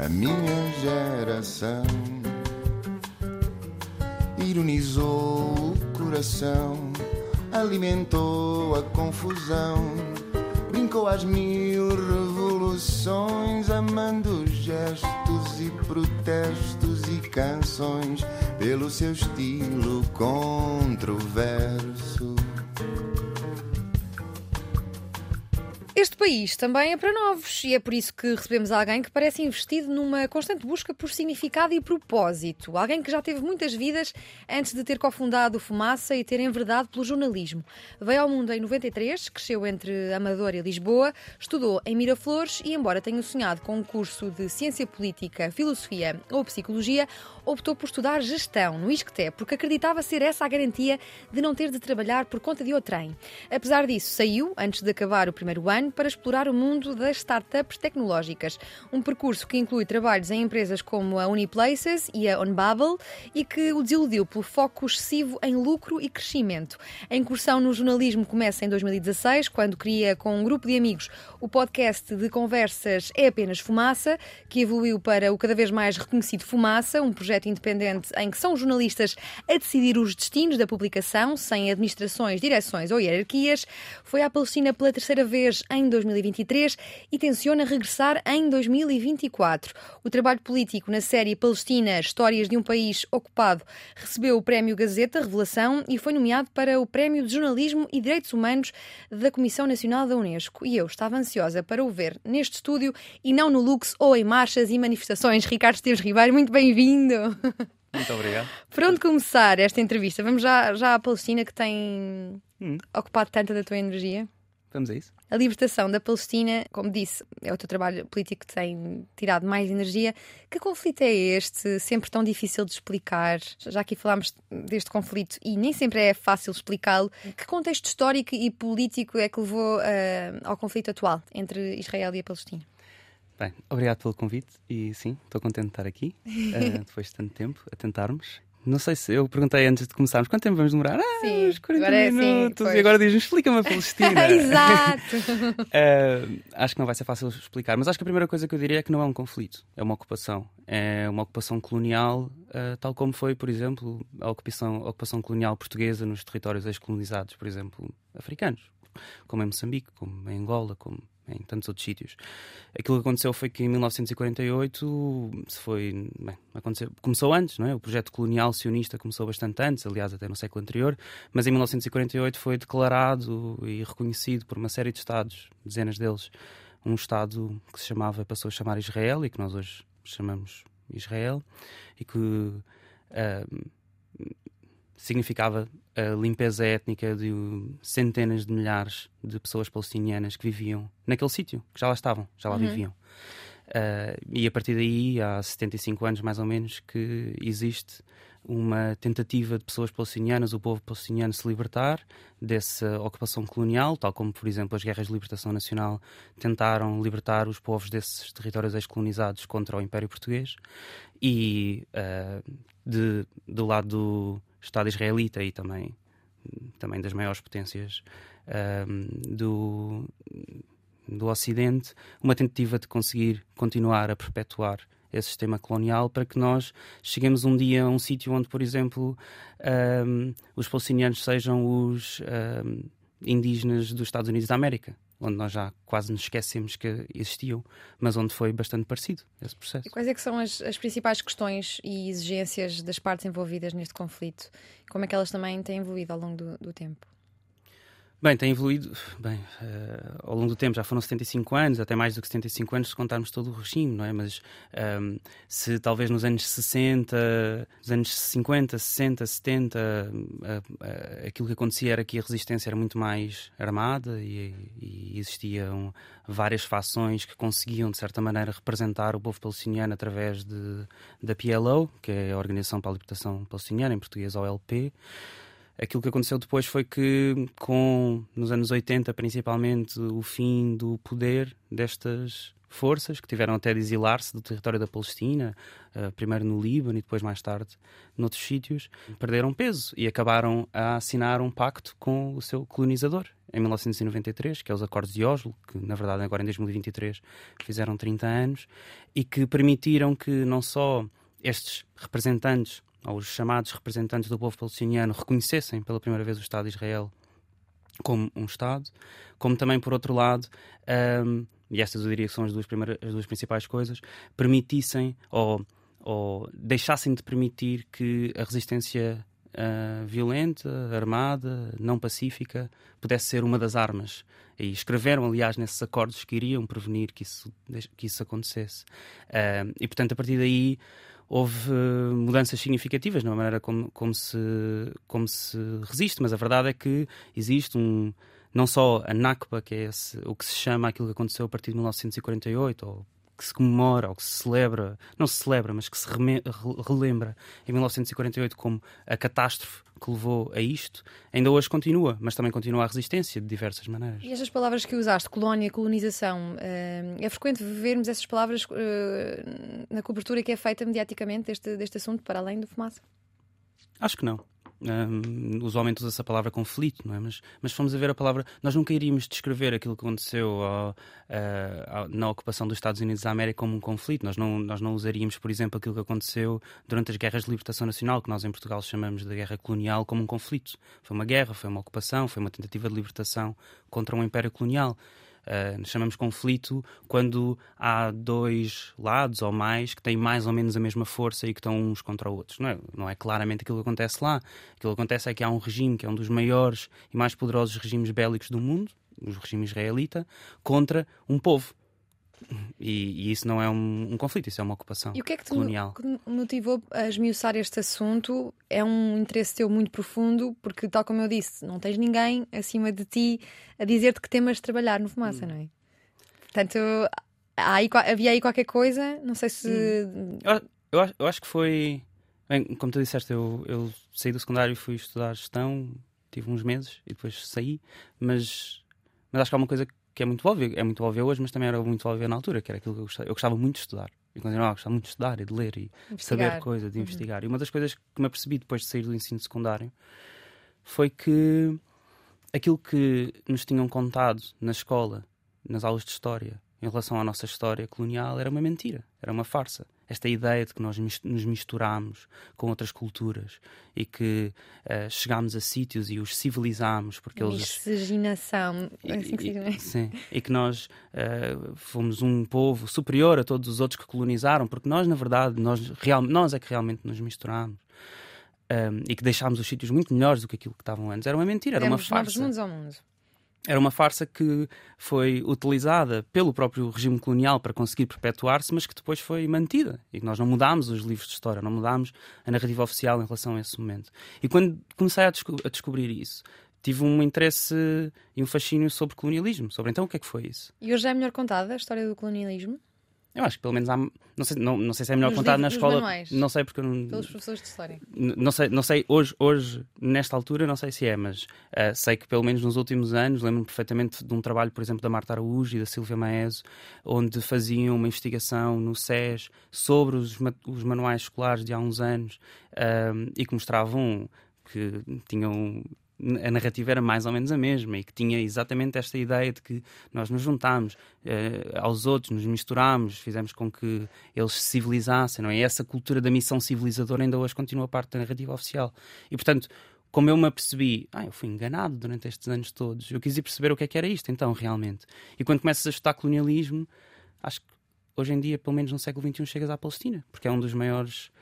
a minha geração. Ironizou o coração, alimentou a confusão, brincou às 1000 revoluções, amando gestos e protestos e canções, pelo seu estilo controverso. Este país também é para novos e é por isso que recebemos alguém que parece investido numa constante busca por significado e propósito. Alguém que já teve muitas vidas antes de ter cofundado o Fumaça e ter enverdado pelo jornalismo. Veio ao mundo em 93, cresceu entre Amadora e Lisboa, estudou em Miraflores e, embora tenha sonhado com um curso de Ciência Política, Filosofia ou Psicologia, optou por estudar Gestão no ISCTE, porque acreditava ser essa a garantia de não ter de trabalhar por conta de outrem. Apesar disso, saiu, antes de acabar o primeiro ano, para explorar o mundo das startups tecnológicas. Um percurso que inclui trabalhos em empresas como a Uniplaces e a OnBubble e que o desiludiu pelo foco excessivo em lucro e crescimento. A incursão no jornalismo começa em 2016, quando cria com um grupo de amigos o podcast de conversas É Apenas Fumaça, que evoluiu para o cada vez mais reconhecido Fumaça, um projeto independente em que são jornalistas a decidir os destinos da publicação, sem administrações, direções ou hierarquias. Foi à Palestina pela terceira vez em 2023 e tenciona regressar em 2024. O trabalho político na série Palestina, Histórias de um País Ocupado, recebeu o Prémio Gazeta Revelação e foi nomeado para o Prémio de Jornalismo e Direitos Humanos da Comissão Nacional da Unesco. E eu estava ansiosa para o ver neste estúdio e não no Lux ou em marchas e manifestações. Ricardo Esteves Ribeiro, muito bem-vindo! Muito obrigado. Por onde começar esta entrevista? Vamos já à Palestina, que tem ocupado tanta da tua energia. Vamos a isso. A libertação da Palestina, como disse, é o teu trabalho político que tem tirado mais energia. Que conflito é este? Sempre tão difícil de explicar. Já aqui falámos deste conflito e nem sempre é fácil explicá-lo. Que contexto histórico e político é que levou ao conflito atual entre Israel e a Palestina? Bem, obrigado pelo convite e sim, estou contente de estar aqui depois de tanto tempo a tentarmos. Não sei se eu perguntei antes de começarmos quanto tempo vamos demorar? Sim, uns 40 agora minutos. Sim, e agora diz-me, explica-me a Palestina. Exato! Acho que não vai ser fácil explicar, mas acho que a primeira coisa que eu diria é que não é um conflito, é uma ocupação. É uma ocupação colonial, tal como foi, por exemplo, a ocupação colonial portuguesa nos territórios ex-colonizados, por exemplo, africanos, como em Moçambique, como em Angola, como em tantos outros sítios. Aquilo que aconteceu foi que em 1948 começou antes, não é? O projeto colonial sionista começou bastante antes, aliás até no século anterior, mas em 1948 foi declarado e reconhecido por uma série de Estados, dezenas deles, um Estado que passou a chamar Israel e que nós hoje chamamos Israel e que significava a limpeza étnica de centenas de milhares de pessoas palestinianas que viviam naquele sítio, que já lá estavam, já lá viviam. E a partir daí, há 75 anos mais ou menos, que existe uma tentativa de pessoas palestinianas, o povo palestiniano, se libertar dessa ocupação colonial, tal como, por exemplo, as guerras de libertação nacional tentaram libertar os povos desses territórios ex-colonizados contra o Império Português. E do lado do Estado israelita e também das maiores potências do Ocidente, uma tentativa de conseguir continuar a perpetuar esse sistema colonial para que nós cheguemos um dia a um sítio onde, por exemplo, os palestinianos sejam os indígenas dos Estados Unidos da América, onde nós já quase nos esquecemos que existiam, mas onde foi bastante parecido esse processo. E quais é que são as principais questões e exigências das partes envolvidas neste conflito? Como é que elas também têm evoluído ao longo do tempo? Bem, tem evoluído ao longo do tempo, já foram 75 anos, até mais do que 75 anos se contarmos todo o regime, não é? Mas se talvez nos anos 60, nos anos 50, 60, 70, aquilo que acontecia era que a resistência era muito mais armada e existiam várias fações que conseguiam, de certa maneira, representar o povo palestiniano através da PLO, que é a Organização para a Libertação Palestiniana, em português OLP. Aquilo que aconteceu depois foi que, nos anos 80, principalmente, o fim do poder destas forças, que tiveram até de exilar-se do território da Palestina, primeiro no Líbano e depois mais tarde noutros sítios, perderam peso e acabaram a assinar um pacto com o seu colonizador, em 1993, que é os Acordos de Oslo, que na verdade agora em 2023 fizeram 30 anos, e que permitiram que não só estes representantes, ou os chamados representantes do povo palestiniano, reconhecessem pela primeira vez o Estado de Israel como um Estado, como também, por outro lado, e estas eu diria que são as duas principais coisas, permitissem ou deixassem de permitir que a resistência violenta, armada, não pacífica, pudesse ser uma das armas. E escreveram, aliás, nesses acordos que iriam prevenir que isso acontecesse. E, portanto, a partir daí houve mudanças significativas na maneira como se resiste, mas a verdade é que existe não só a Nakba, que é o que se chama aquilo que aconteceu a partir de 1948, ou que se comemora, ou que se celebra, não se celebra, mas que se relembra em 1948 como a catástrofe que levou a isto, ainda hoje continua, mas também continua a resistência de diversas maneiras. E estas palavras que usaste, colónia, colonização, é frequente vermos essas palavras na cobertura que é feita mediaticamente deste assunto, para além do Fumaça? Acho que não. Usualmente usa-se a palavra conflito, não é? Mas fomos a ver a palavra. Nós nunca iríamos descrever aquilo que aconteceu na ocupação dos Estados Unidos da América como um conflito. Nós não usaríamos, por exemplo, aquilo que aconteceu durante as guerras de libertação nacional, que nós em Portugal chamamos de guerra colonial, como um conflito. Foi uma guerra, foi uma ocupação, foi uma tentativa de libertação contra um império colonial. Chamamos conflito quando há dois lados ou mais que têm mais ou menos a mesma força e que estão uns contra outros. Não é claramente aquilo que acontece lá. Aquilo que acontece é que há um regime que é um dos maiores e mais poderosos regimes bélicos do mundo, o regime israelita, contra um povo. E isso não é um conflito, isso é uma ocupação colonial. E o que é que te motivou a esmiuçar este assunto? É um interesse teu muito profundo, porque, tal como eu disse, não tens ninguém acima de ti a dizer-te que temas de trabalhar no Fumaça, não é? Portanto, havia aí qualquer coisa, não sei se... Eu acho que foi... Bem, como tu disseste, eu saí do secundário e fui estudar gestão, tive uns meses e depois saí, mas acho que há uma coisa que é muito óbvia hoje, mas também era muito óbvia na altura, que era aquilo que eu gostava. Eu gostava muito de estudar. E continuava a gostar muito de estudar e de ler e saber coisas, de investigar. E uma das coisas que me apercebi depois de sair do ensino secundário foi que aquilo que nos tinham contado na escola, nas aulas de história, em relação à nossa história colonial, era uma mentira, era uma farsa. Esta ideia de que nós nos misturámos com outras culturas e que chegámos a sítios e os civilizámos porque eles... Miscigenação, é assim que se diz, não é? Sim, e que nós fomos um povo superior a todos os outros que colonizaram, porque nós, na verdade, nós é que realmente nos misturámos. E que deixámos os sítios muito melhores do que aquilo que estavam antes. Era uma mentira, era uma farsa. Novos mundos ao mundo. Era uma farsa que foi utilizada pelo próprio regime colonial para conseguir perpetuar-se, mas que depois foi mantida. E que nós não mudámos os livros de história, não mudámos a narrativa oficial em relação a esse momento. E quando comecei a descobrir isso, tive um interesse e um fascínio sobre colonialismo. Sobre então o que é que foi isso. E hoje é melhor contada a história do colonialismo? Eu acho que pelo menos há... Não sei se é melhor contar na escola. Manuais, não sei porque eu não... Pelos professores de história. Não sei hoje, nesta altura, não sei se é, mas sei que pelo menos nos últimos anos, lembro-me perfeitamente de um trabalho, por exemplo, da Marta Araújo e da Silvia Maeso, onde faziam uma investigação no SES sobre os manuais escolares de há uns anos e que mostravam que tinham... A narrativa era mais ou menos a mesma e que tinha exatamente esta ideia de que nós nos juntámos aos outros, nos misturámos, fizemos com que eles se civilizassem, não é? E essa cultura da missão civilizadora ainda hoje continua parte da narrativa oficial. E, portanto, como eu me apercebi, eu fui enganado durante estes anos todos, eu quis ir perceber o que era isto, então, realmente. E quando começas a estudar colonialismo, acho que hoje em dia, pelo menos no século XXI, chegas à Palestina, porque é um dos maiores...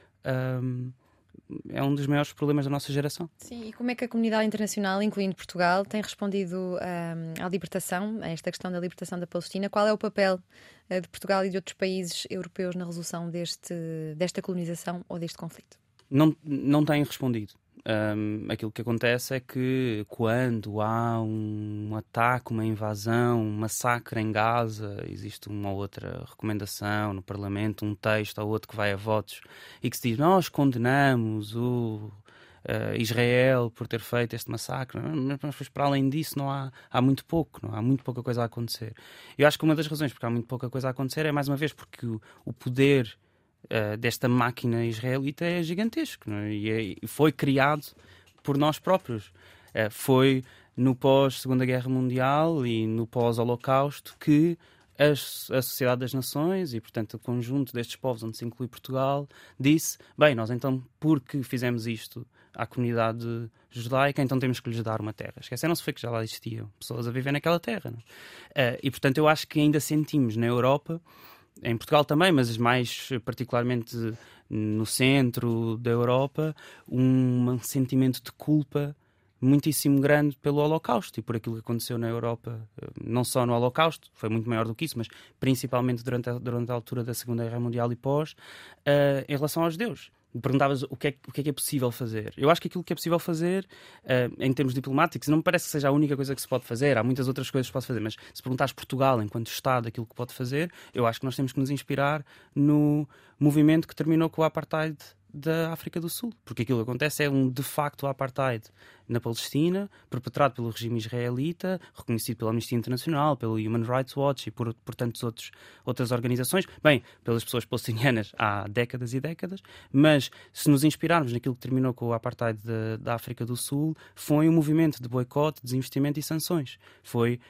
é um dos maiores problemas da nossa geração. Sim, e como é que a comunidade internacional, incluindo Portugal, tem respondido à libertação, a esta questão da libertação da Palestina? Qual é o papel de Portugal e de outros países europeus na resolução desta colonização ou deste conflito? Não têm respondido. Aquilo que acontece é que quando há um ataque, uma invasão, um massacre em Gaza, existe uma ou outra recomendação no Parlamento, um texto ou outro que vai a votos e que se diz: nós condenamos o Israel por ter feito este massacre, mas para além disso não há muito pouco, não há muito pouca coisa a acontecer. Eu acho que uma das razões porque há muito pouca coisa a acontecer é, mais uma vez, porque o poder desta máquina israelita é gigantesco, não é? E foi criado por nós próprios. Foi no pós-Segunda Guerra Mundial e no pós-Holocausto que a Sociedade das Nações e, portanto, o conjunto destes povos, onde se inclui Portugal, disse, bem, nós então, porque fizemos isto à comunidade judaica, então temos que lhes dar uma terra. Esqueceram-se foi que já lá existiam pessoas a viver naquela terra. Não? E, portanto, eu acho que ainda sentimos na Europa, em Portugal também, mas mais particularmente no centro da Europa, um sentimento de culpa muitíssimo grande pelo Holocausto e por aquilo que aconteceu na Europa, não só no Holocausto, foi muito maior do que isso, mas principalmente durante a altura da Segunda Guerra Mundial e pós, em relação aos judeus. Perguntavas o que é possível fazer. Eu acho que aquilo que é possível fazer, em termos diplomáticos, não me parece que seja a única coisa que se pode fazer. Há muitas outras coisas que se pode fazer, mas se perguntares Portugal, enquanto Estado, aquilo que pode fazer, eu acho que nós temos que nos inspirar no movimento que terminou com o apartheid da África do Sul, porque aquilo que acontece é de facto apartheid na Palestina, perpetrado pelo regime israelita, reconhecido pela Amnistia Internacional, pelo Human Rights Watch e por tantas outras organizações, bem, pelas pessoas palestinianas há décadas e décadas, mas se nos inspirarmos naquilo que terminou com o apartheid da África do Sul, foi um movimento de boicote, desinvestimento e sanções. Foi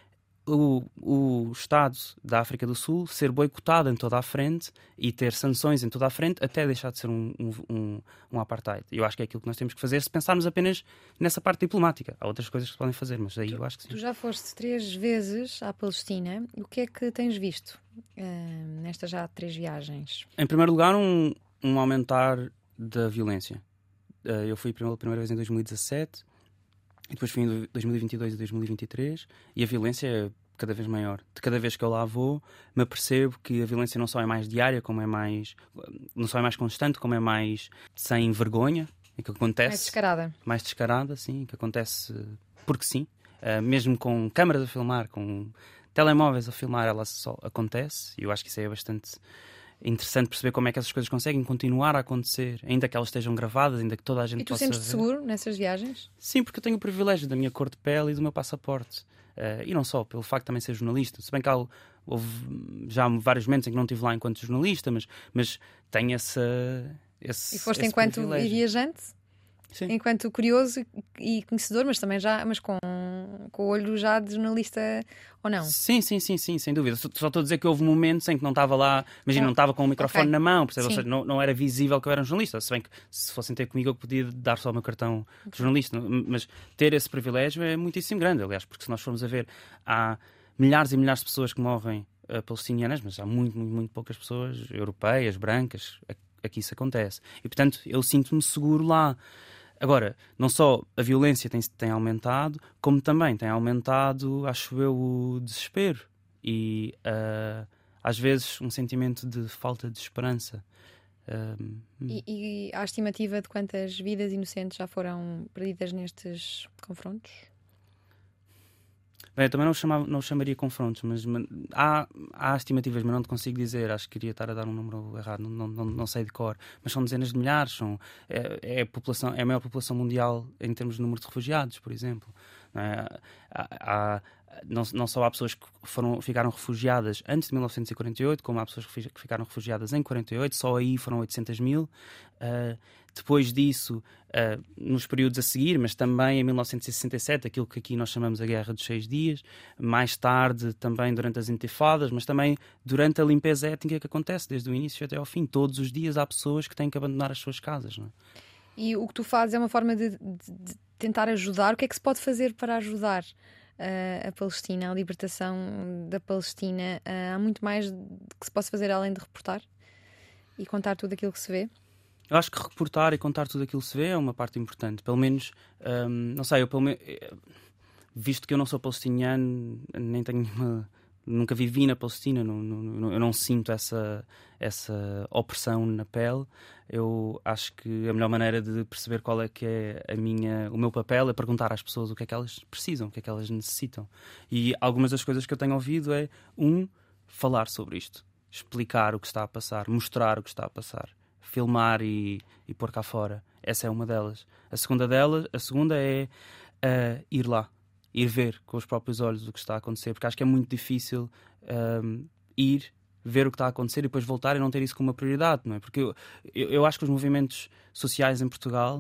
o Estado da África do Sul ser boicotado em toda a frente e ter sanções em toda a frente até deixar de ser um apartheid. Eu acho que é aquilo que nós temos que fazer se pensarmos apenas nessa parte diplomática. Há outras coisas que se podem fazer, mas aí eu acho que sim. Tu já foste 3 vezes à Palestina. O que é que tens visto nestas já 3 viagens? Em primeiro lugar, um aumentar da violência. Eu fui pela primeira vez em 2017 e depois fui em 2022 e 2023 e a violência é cada vez maior. De cada vez que eu lá vou, me apercebo que a violência não só é mais diária, não só é mais constante, como é mais sem vergonha, e que acontece... Mais descarada. Mais descarada, sim, que acontece porque sim. Mesmo com câmaras a filmar, com telemóveis a filmar, ela só acontece. E eu acho que isso é bastante interessante perceber como é que essas coisas conseguem continuar a acontecer, ainda que elas estejam gravadas, ainda que toda a gente possa ver. E tu sentes-te seguro nessas viagens? Sim, porque eu tenho o privilégio da minha cor de pele e do meu passaporte. E não só, pelo facto de também ser jornalista. Se bem que houve já vários momentos em que não estive lá enquanto jornalista, mas tenho esse E foste enquanto privilégio. viajante? Sim. Enquanto curioso e conhecedor, mas também com o olho já de jornalista ou não? Sim, sem dúvida. Só estou a dizer que houve momentos em que não estava lá, imagina, não estava com o microfone na mão, percebe? Ou seja, não era visível que eu era um jornalista. Se bem que se fossem ter comigo eu podia dar só o meu cartão de jornalista. Mas ter esse privilégio é muitíssimo grande, aliás, porque se nós formos a ver, há milhares e milhares de pessoas que morrem palestinianas, mas há muito poucas pessoas europeias, brancas, a que isso acontece. E, portanto, eu sinto-me seguro lá. Agora, não só a violência tem aumentado, como também tem aumentado, acho eu, o desespero e, às vezes, um sentimento de falta de esperança. E há estimativa de quantas vidas inocentes já foram perdidas nestes confrontos? Bem, eu também não chamaria confrontos, mas há estimativas, mas não te consigo dizer. Acho que queria estar a dar um número errado, não sei de cor. Mas são dezenas de milhares, é a maior população mundial em termos de número de refugiados, por exemplo. Não só há pessoas que ficaram refugiadas antes de 1948, como há pessoas que ficaram refugiadas em 48, só aí foram 800 mil. Depois disso, nos períodos a seguir, mas também em 1967, aquilo que aqui nós chamamos a Guerra dos 6 Dias, mais tarde também durante as intifadas, mas também durante a limpeza étnica que acontece desde o início até ao fim. Todos os dias há pessoas que têm que abandonar as suas casas. Não é? E o que tu fazes é uma forma de tentar ajudar. O que é que se pode fazer para ajudar a Palestina, a libertação da Palestina? Há muito mais que se possa fazer além de reportar e contar tudo aquilo que se vê? Eu acho que reportar e contar tudo aquilo que se vê é uma parte importante. Pelo menos, não sei, visto que eu não sou palestiniano, nem tenho nunca vivi na Palestina, eu não sinto essa opressão na pele. Eu acho que a melhor maneira de perceber qual é que é o meu papel é perguntar às pessoas o que é que elas precisam, o que é que elas necessitam. E algumas das coisas que eu tenho ouvido é, falar sobre isto, explicar o que está a passar, mostrar o que está a passar, filmar e pôr cá fora. Essa é uma delas. A segunda é ir lá, ir ver com os próprios olhos o que está a acontecer, porque acho que é muito difícil ir ver o que está a acontecer e depois voltar e não ter isso como uma prioridade, não é? Porque eu acho que os movimentos sociais em Portugal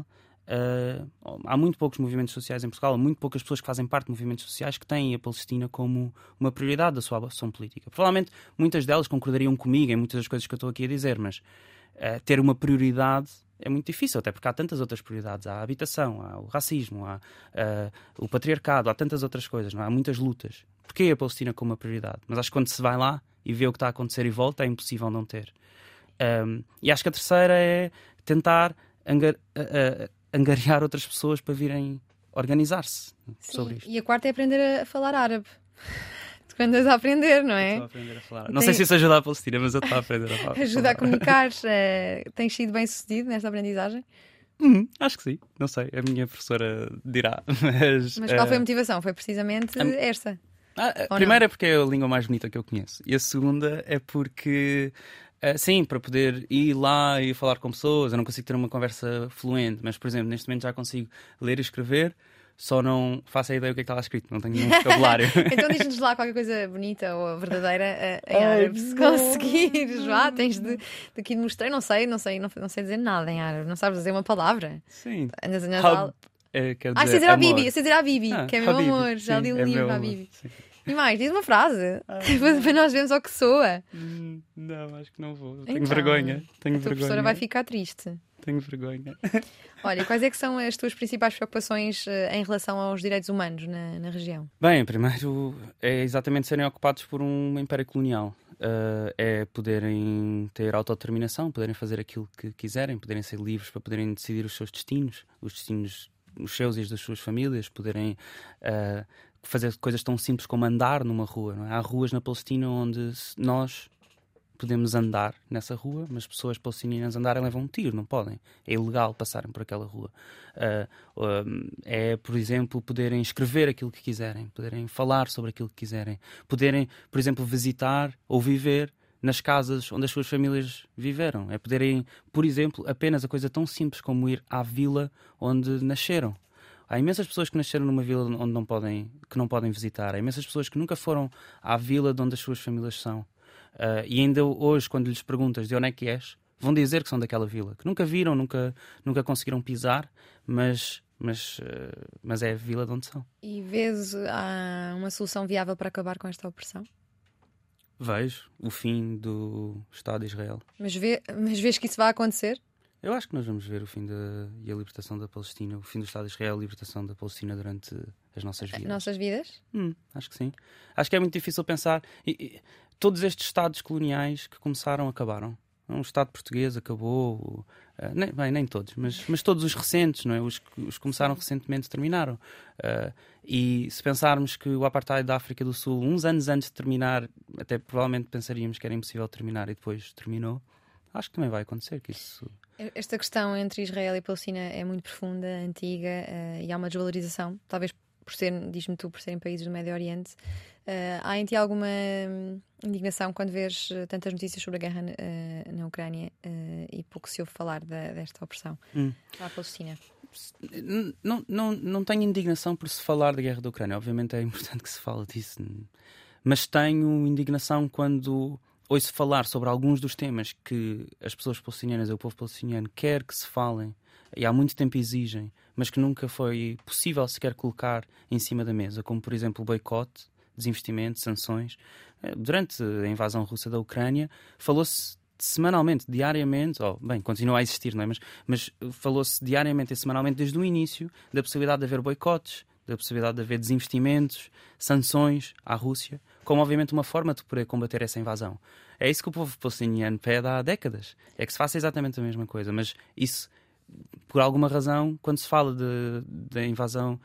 há muito poucos movimentos sociais em Portugal, há muito poucas pessoas que fazem parte de movimentos sociais que têm a Palestina como uma prioridade da sua ação política. Provavelmente muitas delas concordariam comigo em muitas das coisas que eu estou aqui a dizer, mas ter uma prioridade é muito difícil, até porque há tantas outras prioridades. Há a habitação, há o racismo, há o patriarcado, há tantas outras coisas, não é? Há muitas lutas. Porquê a Palestina como uma prioridade? Mas acho que quando se vai lá e vê o que está a acontecer e volta, é impossível não ter. E acho que a terceira é tentar angariar outras pessoas para virem organizar-se sobre isto. E a quarta é aprender a falar árabe. Tu andas a aprender, não é? Estou a aprender a falar. Não sei se isso ajuda a Palestina, mas eu estou a aprender a falar. Ajuda a comunicar. Tens sido bem sucedido nesta aprendizagem? Acho que sim, não sei, a minha professora dirá. Mas qual foi a motivação? Foi precisamente esta? A primeira é porque é a língua mais bonita que eu conheço. E a segunda é porque, sim, para poder ir lá e falar com pessoas, eu não consigo ter uma conversa fluente, mas, por exemplo, neste momento já consigo ler e escrever, só não faço a ideia do que é que está lá escrito, não tenho nenhum vocabulário. Então diz-nos lá qualquer coisa bonita ou verdadeira em árabe, se conseguires. Tens de aqui mostrar, não sei dizer nada em árabe, não sabes dizer uma palavra. Sim. Andas a nasal. Quer sei dizer a Bibi, que é meu Habibi. amor, já li um livro, a Bibi. Sim. E mais, diz uma frase, para nós vermos ao que soa. Não, acho que não vou. Então, Tenho vergonha. A tua professora vai ficar triste. Tenho vergonha. Olha, quais é que são as tuas principais preocupações em relação aos direitos humanos na região? Bem, primeiro é exatamente serem ocupados por um império colonial. É poderem ter autodeterminação, poderem fazer aquilo que quiserem, poderem ser livres para poderem decidir os seus destinos, os seus e os das suas famílias, poderem fazer coisas tão simples como andar numa rua. Não é? Há ruas na Palestina onde nós podemos andar nessa rua, mas pessoas palestinianas andarem levam um tiro, não podem. É ilegal passarem por aquela rua. É, por exemplo, poderem escrever aquilo que quiserem, poderem falar sobre aquilo que quiserem, poderem, por exemplo, visitar ou viver nas casas onde as suas famílias viveram. É poderem, por exemplo, apenas a coisa tão simples como ir à vila onde nasceram. Há imensas pessoas que nasceram numa vila onde que não podem visitar. Há imensas pessoas que nunca foram à vila de onde as suas famílias são. E ainda hoje, quando lhes perguntas de onde é que és, vão dizer que são daquela vila, que nunca viram, nunca conseguiram pisar, mas é a vila de onde são. E vês há uma solução viável para acabar com esta opressão? Vejo o fim do Estado de Israel. Mas vês que isso vai acontecer? Eu acho que nós vamos ver o fim e a libertação da Palestina, o fim do Estado de Israel, a libertação da Palestina durante as nossas vidas. Nossas vidas? Acho que sim. Acho que é muito difícil pensar. Todos estes Estados coloniais que começaram, acabaram. O Estado português acabou. Nem todos, mas todos os recentes, não é? Os que começaram recentemente terminaram. E se pensarmos que o apartheid da África do Sul, uns anos antes de terminar, até provavelmente pensaríamos que era impossível terminar e depois terminou. Acho que também vai acontecer que isso... Esta questão entre Israel e Palestina é muito profunda, antiga, e há uma desvalorização, talvez diz-me tu, por serem países do Médio Oriente. Há em ti alguma indignação quando vês tantas notícias sobre a guerra na Ucrânia e pouco se ouve falar desta opressão à Palestina? Não tenho indignação por se falar da guerra da Ucrânia. Obviamente é importante que se fale disso. Mas tenho indignação quando ouço falar sobre alguns dos temas que as pessoas palestinianas e o povo palestiniano quer que se falem e há muito tempo exigem, mas que nunca foi possível sequer colocar em cima da mesa, como por exemplo o boicote, desinvestimento, sanções. Durante a invasão russa da Ucrânia falou-se semanalmente, diariamente, continua a existir, não é? Mas falou-se diariamente e semanalmente desde o início da possibilidade de haver boicotes, da possibilidade de haver desinvestimentos, sanções à Rússia, como obviamente uma forma de poder combater essa invasão. É isso que o povo palestiniano pede há décadas. É que se faça exatamente a mesma coisa, mas isso, por alguma razão, quando se fala da invasão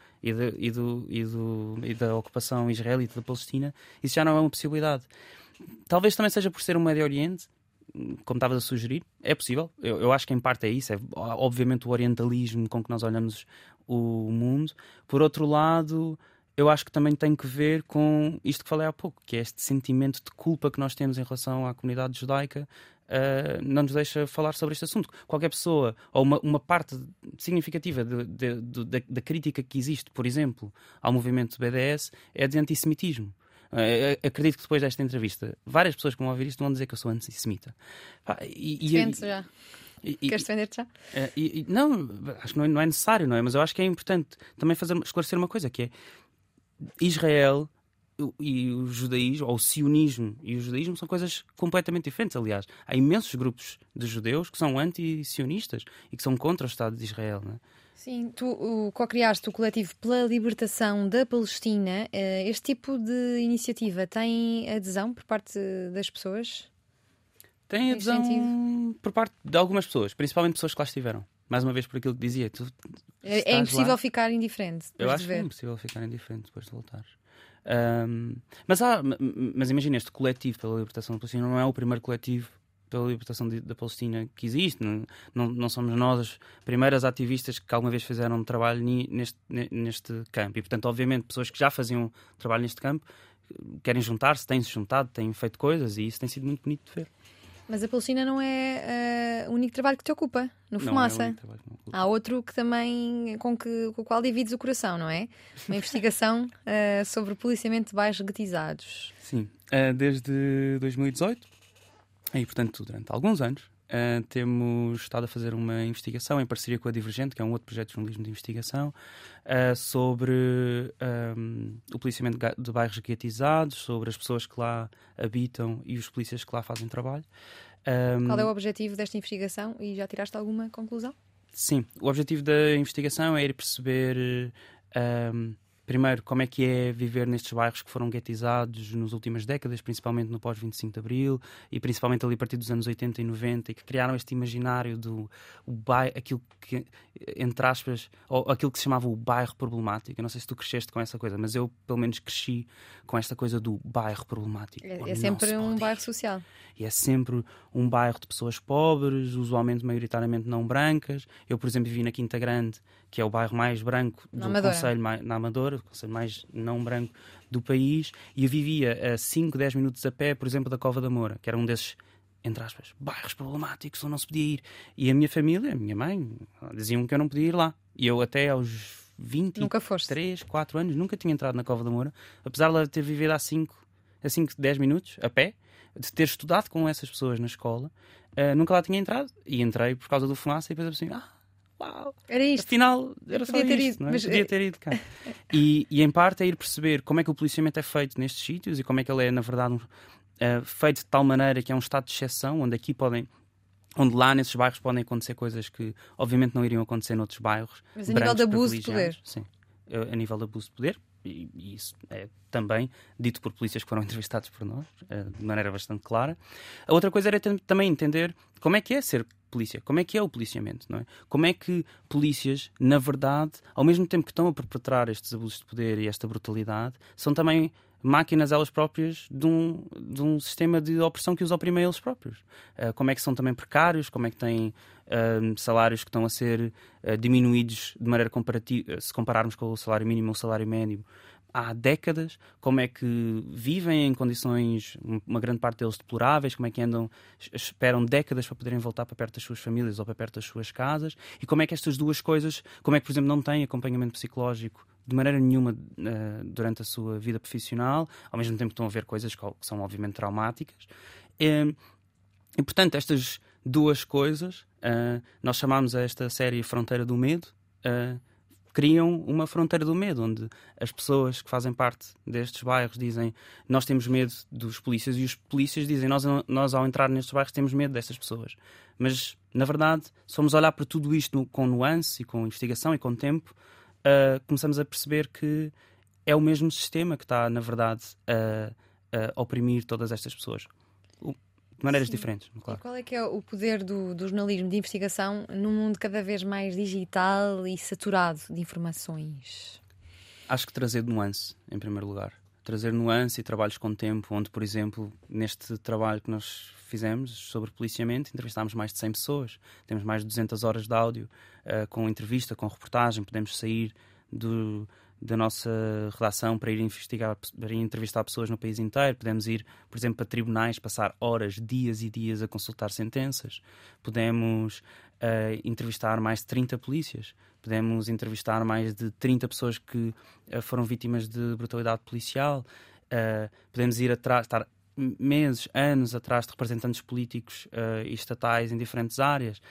e da ocupação israelita da Palestina, isso já não é uma possibilidade. Talvez também seja por ser um Médio Oriente, como estavas a sugerir, é possível. Eu acho que em parte é isso. É obviamente o orientalismo com que nós olhamos o mundo. Por outro lado, eu acho que também tem que ver com isto que falei há pouco, que é este sentimento de culpa que nós temos em relação à comunidade judaica. Não nos deixa falar sobre este assunto. Qualquer pessoa, ou uma parte significativa da crítica que existe, por exemplo, ao movimento BDS, é de antissemitismo. Acredito que depois desta entrevista várias pessoas que vão ouvir isto vão dizer que eu sou antissemita. Sente-se já. Queres defender-te já? Não, acho que não é necessário, não é? Mas eu acho que é importante também esclarecer uma coisa, que é Israel e o judaísmo, ou o sionismo e o judaísmo são coisas completamente diferentes. Aliás, há imensos grupos de judeus que são anti-sionistas e que são contra o Estado de Israel, não é? Sim, tu co-criaste o coletivo pela libertação da Palestina. Este tipo de iniciativa tem adesão por parte das pessoas? Tem adesão por parte de algumas pessoas, principalmente pessoas que lá estiveram. Mais uma vez, por aquilo que dizia. É impossível ficar indiferente depois Eu de acho que ver. é impossível ficar indiferente depois de voltares. Mas imagina, este coletivo pela libertação da Palestina não é o primeiro coletivo pela libertação da Palestina que existe. Não somos nós as primeiras ativistas que alguma vez fizeram um trabalho neste campo. E, portanto, obviamente, pessoas que já faziam trabalho neste campo querem juntar-se, têm-se juntado, têm feito coisas, e isso tem sido muito bonito de ver. Mas a Palestina não é o único trabalho que te ocupa, no Fumaça. Não é o único trabalho que me ocupa. Há outro que também, com o qual divides o coração, não é? Uma investigação sobre o policiamento de bairros guetizados. Sim, desde 2018, e portanto durante alguns anos, temos estado a fazer uma investigação em parceria com a Divergente, que é um outro projeto de jornalismo de investigação, sobre o policiamento de bairros guetizados, sobre as pessoas que lá habitam e os polícias que lá fazem trabalho. Qual é o objetivo desta investigação e já tiraste alguma conclusão? Sim, o objetivo da investigação é ir perceber primeiro como é que é viver nestes bairros que foram guetizados nas últimas décadas, principalmente no pós-25 de Abril e principalmente ali a partir dos anos 80 e 90, e que criaram este imaginário do bairro, aquilo que, entre aspas, ou aquilo que se chamava o bairro problemático. Eu não sei se tu cresceste com essa coisa, mas eu pelo menos cresci com esta coisa do bairro problemático. É sempre um bairro social. E é sempre um bairro de pessoas pobres, usualmente maioritariamente não brancas. Eu, por exemplo, vivi na Quinta Grande, que é o bairro mais branco do Conselho, na Amadora, o Conselho mais não branco do país, e eu vivia a 5, 10 minutos a pé, por exemplo, da Cova da Moura, que era um desses, entre aspas, bairros problemáticos onde não se podia ir. E a minha família, a minha mãe, diziam que eu não podia ir lá. E eu até aos 23, 4 anos nunca tinha entrado na Cova da Moura, apesar de ter vivido a 5, 10 minutos a pé, de ter estudado com essas pessoas na escola, nunca lá tinha entrado. E entrei por causa do Fumaça e depois assim, uau, era isto. Afinal, era só isto, não é? Podia ter ido cá. E em parte é ir perceber como é que o policiamento é feito nestes sítios e como é que ele é, na verdade, feito de tal maneira que é um estado de exceção, onde lá nesses bairros podem acontecer coisas que obviamente não iriam acontecer noutros bairros. Mas a nível de abuso de poder. Sim, a nível de abuso de poder. E isso é também dito por polícias que foram entrevistados por nós, de maneira bastante clara. A outra coisa era também entender como é que é ser polícia, como é que é o policiamento, não é? Como é que polícias, na verdade, ao mesmo tempo que estão a perpetrar estes abusos de poder e esta brutalidade, são também máquinas elas próprias de um sistema de opressão que os oprime a eles próprios. Como é que são também precários, como é que têm salários que estão a ser diminuídos de maneira comparativa, se compararmos com o salário mínimo ou o salário médio há décadas, como é que vivem em condições, uma grande parte deles deploráveis, como é que esperam décadas para poderem voltar para perto das suas famílias ou para perto das suas casas, e como é que estas duas coisas, como é que, por exemplo, não têm acompanhamento psicológico de maneira nenhuma durante a sua vida profissional, ao mesmo tempo que estão a ver coisas que são obviamente traumáticas. E portanto, estas duas coisas, nós chamámos a esta série Fronteira do Medo, criam uma fronteira do medo, onde as pessoas que fazem parte destes bairros dizem nós temos medo dos polícias, e os polícias dizem nós ao entrar nestes bairros temos medo destas pessoas. Mas, na verdade, somos olhar para tudo isto com nuance e com investigação e com tempo, começamos a perceber que é o mesmo sistema que está, na verdade, a oprimir todas estas pessoas. De maneiras diferentes, claro. E qual é que é o poder do jornalismo de investigação num mundo cada vez mais digital e saturado de informações? Acho que trazer nuance, em primeiro lugar. Trazer nuance e trabalhos com tempo, onde, por exemplo, neste trabalho que nós fizemos sobre policiamento, entrevistámos mais de 100 pessoas. Temos mais de 200 horas de áudio com entrevista, com reportagem. Podemos sair da nossa redação para ir investigar, para ir entrevistar pessoas no país inteiro. Podemos ir, por exemplo, para tribunais, passar horas, dias e dias a consultar sentenças. Podemos entrevistar mais de 30 polícias. Podemos entrevistar mais de 30 pessoas que foram vítimas de brutalidade policial. Podemos ir atrás, estar meses, anos atrás de representantes políticos e estatais em diferentes áreas.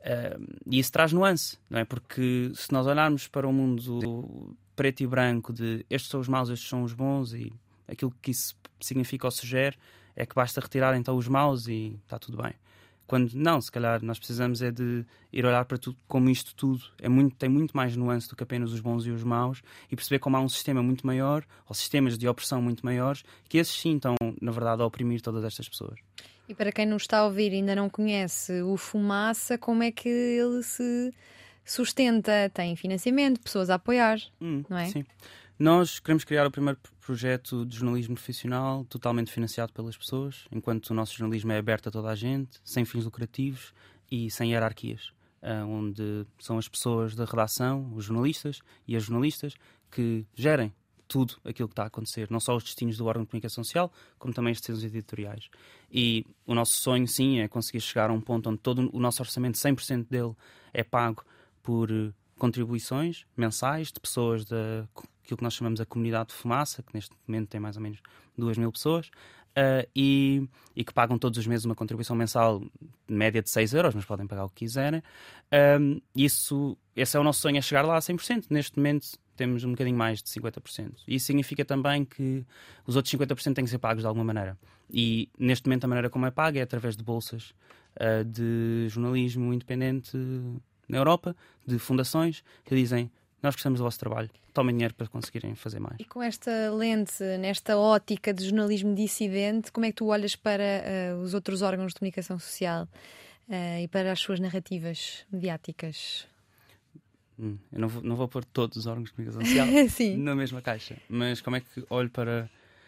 E isso traz nuance, não é? Porque se nós olharmos para o mundo preto e branco de estes são os maus, estes são os bons, e aquilo que isso significa ou sugere é que basta retirar então os maus e está tudo bem. Quando não, se calhar nós precisamos é de ir olhar para tudo como isto tudo tem muito mais nuance do que apenas os bons e os maus, e perceber como há um sistema muito maior, ou sistemas de opressão muito maiores, que esses sim estão, na verdade, a oprimir todas estas pessoas. E para quem nos está a ouvir e ainda não conhece o Fumaça, como é que ele se sustenta? Tem financiamento, pessoas a apoiar, não é? Sim. Nós queremos criar o primeiro projeto de jornalismo profissional totalmente financiado pelas pessoas, enquanto o nosso jornalismo é aberto a toda a gente, sem fins lucrativos e sem hierarquias, onde são as pessoas da redação, os jornalistas e as jornalistas, que gerem tudo aquilo que está a acontecer, não só os destinos do órgão de comunicação social, como também os destinos editoriais. E o nosso sonho, sim, é conseguir chegar a um ponto onde todo o nosso orçamento, 100% dele, é pago por contribuições mensais de pessoas daquilo que nós chamamos a comunidade de Fumaça, que neste momento tem mais ou menos 2.000 pessoas, e que pagam todos os meses uma contribuição mensal de média de 6 euros, mas podem pagar o que quiserem. Esse é o nosso sonho, é chegar lá a 100%. Neste momento temos um bocadinho mais de 50%. Isso significa também que os outros 50% têm que ser pagos de alguma maneira. E neste momento a maneira como é paga é através de bolsas de jornalismo independente na Europa, de fundações que dizem: nós gostamos do vosso trabalho, tomem dinheiro para conseguirem fazer mais. E com esta lente, nesta ótica de jornalismo dissidente, como é que tu olhas para os outros órgãos de comunicação social e para as suas narrativas mediáticas? Eu não vou pôr todos os órgãos de comunicação social na mesma caixa, mas como é que olho para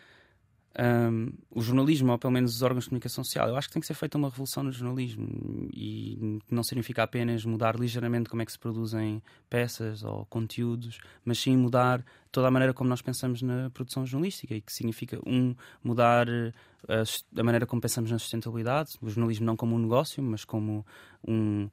o jornalismo, ou pelo menos os órgãos de comunicação social? Eu acho que tem que ser feita uma revolução no jornalismo, e não significa apenas mudar ligeiramente como é que se produzem peças ou conteúdos, mas sim mudar toda a maneira como nós pensamos na produção jornalística, e que significa mudar a maneira como pensamos na sustentabilidade, o jornalismo não como um negócio, mas como um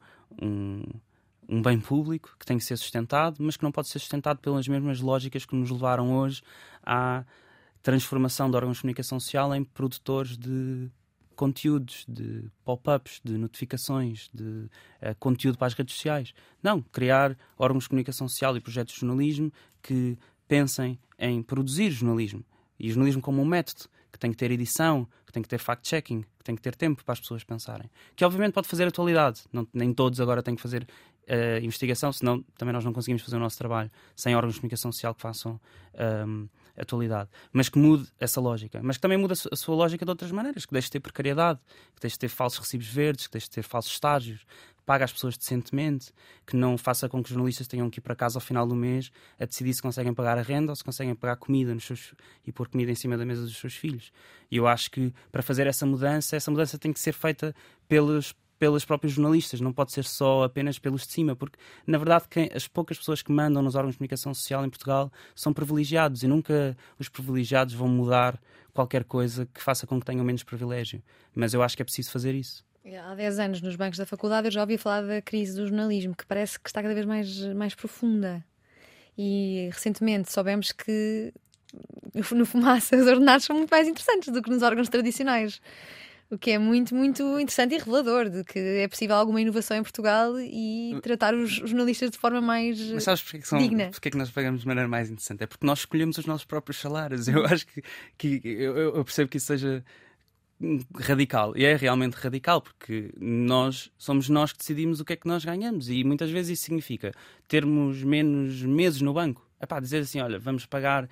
bem público que tem que ser sustentado, mas que não pode ser sustentado pelas mesmas lógicas que nos levaram hoje à transformação de órgãos de comunicação social em produtores de conteúdos, de pop-ups, de notificações, de conteúdo para as redes sociais. Não, criar órgãos de comunicação social e projetos de jornalismo que pensem em produzir jornalismo. E jornalismo como um método, que tem que ter edição, que tem que ter fact-checking, que tem que ter tempo para as pessoas pensarem. Que obviamente pode fazer atualidade. Nem todos agora têm que fazer investigação, senão também nós não conseguimos fazer o nosso trabalho sem órgãos de comunicação social que façam atualidade. Mas que mude essa lógica. Mas que também mude a sua lógica de outras maneiras. Que deixe de ter precariedade, que deixe de ter falsos recibos verdes, que deixe de ter falsos estágios, que pague às pessoas decentemente, que não faça com que os jornalistas tenham que ir para casa ao final do mês a decidir se conseguem pagar a renda ou se conseguem pagar comida e pôr comida em cima da mesa dos seus filhos. E eu acho que para fazer essa mudança tem que ser feita pelos próprios jornalistas, não pode ser só apenas pelos de cima, porque na verdade as poucas pessoas que mandam nos órgãos de comunicação social em Portugal são privilegiados, e nunca os privilegiados vão mudar qualquer coisa que faça com que tenham menos privilégio. Mas eu acho que é preciso fazer isso. Há 10 anos, nos bancos da faculdade, eu já ouvi falar da crise do jornalismo, que parece que está cada vez mais profunda. E recentemente soubemos que no Fumaça os ordenados são muito mais interessantes do que nos órgãos tradicionais. O que é muito, muito interessante e revelador de que é possível alguma inovação em Portugal e tratar os jornalistas de forma mais digna. Mas sabes porque é que nós pagamos de maneira mais interessante? É porque nós escolhemos os nossos próprios salários. Eu acho que eu percebo que isso seja radical. E é realmente radical, porque somos nós que decidimos o que é que nós ganhamos. E muitas vezes isso significa termos menos meses no banco. Dizer assim, olha, vamos pagar...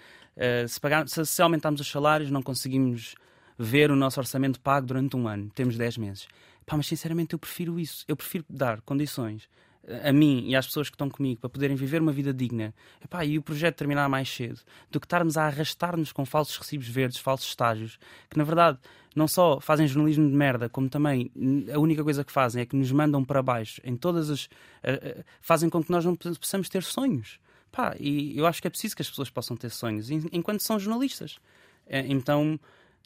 Se aumentarmos os salários, não conseguimos ver o nosso orçamento pago durante um ano. Temos 10 meses. Mas sinceramente eu prefiro isso. Eu prefiro dar condições a mim e às pessoas que estão comigo para poderem viver uma vida digna, e o projeto terminar mais cedo, do que estarmos a arrastar-nos com falsos recibos verdes, falsos estágios, que na verdade não só fazem jornalismo de merda, como também a única coisa que fazem é que nos mandam para baixo em todas as... fazem com que nós não possamos ter sonhos. E eu acho que é preciso que as pessoas possam ter sonhos enquanto são jornalistas. Então...